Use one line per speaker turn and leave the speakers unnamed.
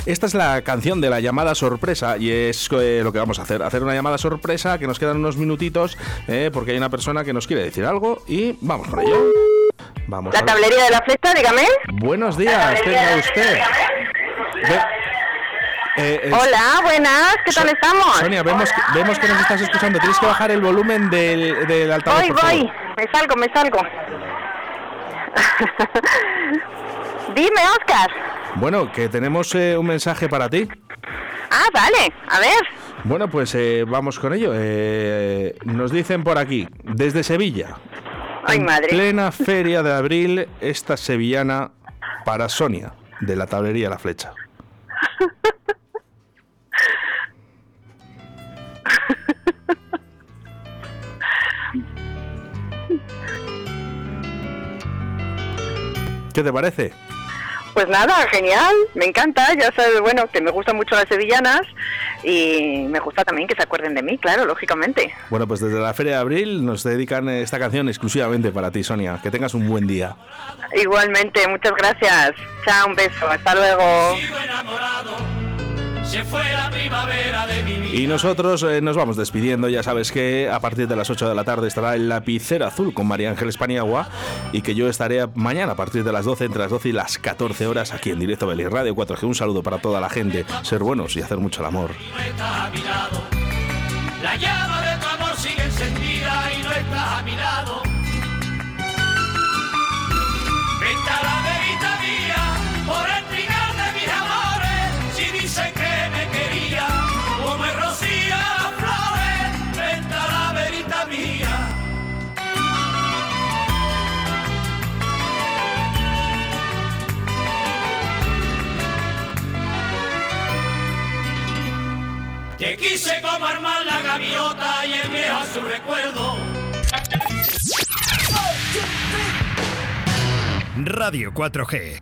Esta es la canción de la llamada sorpresa y es lo que vamos a hacer una llamada sorpresa, que nos quedan unos minutitos, porque hay una persona que nos quiere decir algo y vamos con ello. Vamos.
La tablería de la flecha, dígame.
Buenos días, tenga usted.
Hola, buenas, ¿qué tal estamos?
Sonia, vemos que nos estás escuchando. Tienes que bajar el volumen del altavoz.
Voy, me salgo. Dime, Óscar.
Bueno, que tenemos un mensaje para ti.
Ah, vale, a ver.
Bueno, pues vamos con ello. Nos dicen por aquí, desde Sevilla.
Ay, madre.
Plena feria de abril, esta sevillana para Sonia, de la tablería La Flecha. ¿Qué te parece?
Pues nada, genial, me encanta, ya sabes, bueno, que me gustan mucho las sevillanas y me gusta también que se acuerden de mí, claro, lógicamente.
Bueno, pues desde la Feria de Abril nos dedican esta canción exclusivamente para ti, Sonia. Que tengas un buen día.
Igualmente, muchas gracias. Chao, un beso, hasta luego.
Se fue la primavera de mi vida.
Y nosotros nos vamos despidiendo. Ya sabes que a partir de las 8 de la tarde estará el Lapicero Azul con María Ángeles Paniagua y que yo estaré mañana a partir de las 12, entre las 12 y las 14 horas aquí en directo Beli Radio 4G. Un saludo para toda la gente. Ser buenos y hacer mucho el amor.
No estás a mi lado. La llama de tu amor sigue encendida y no estás a mi lado. Vente a la verita mía por el trigal de mis amores. Si dicen que me quería como el rocío a las flores. Vente a la verita mía. Te quise como armar la gaviota y el viejo a su recuerdo.
Radio 4G.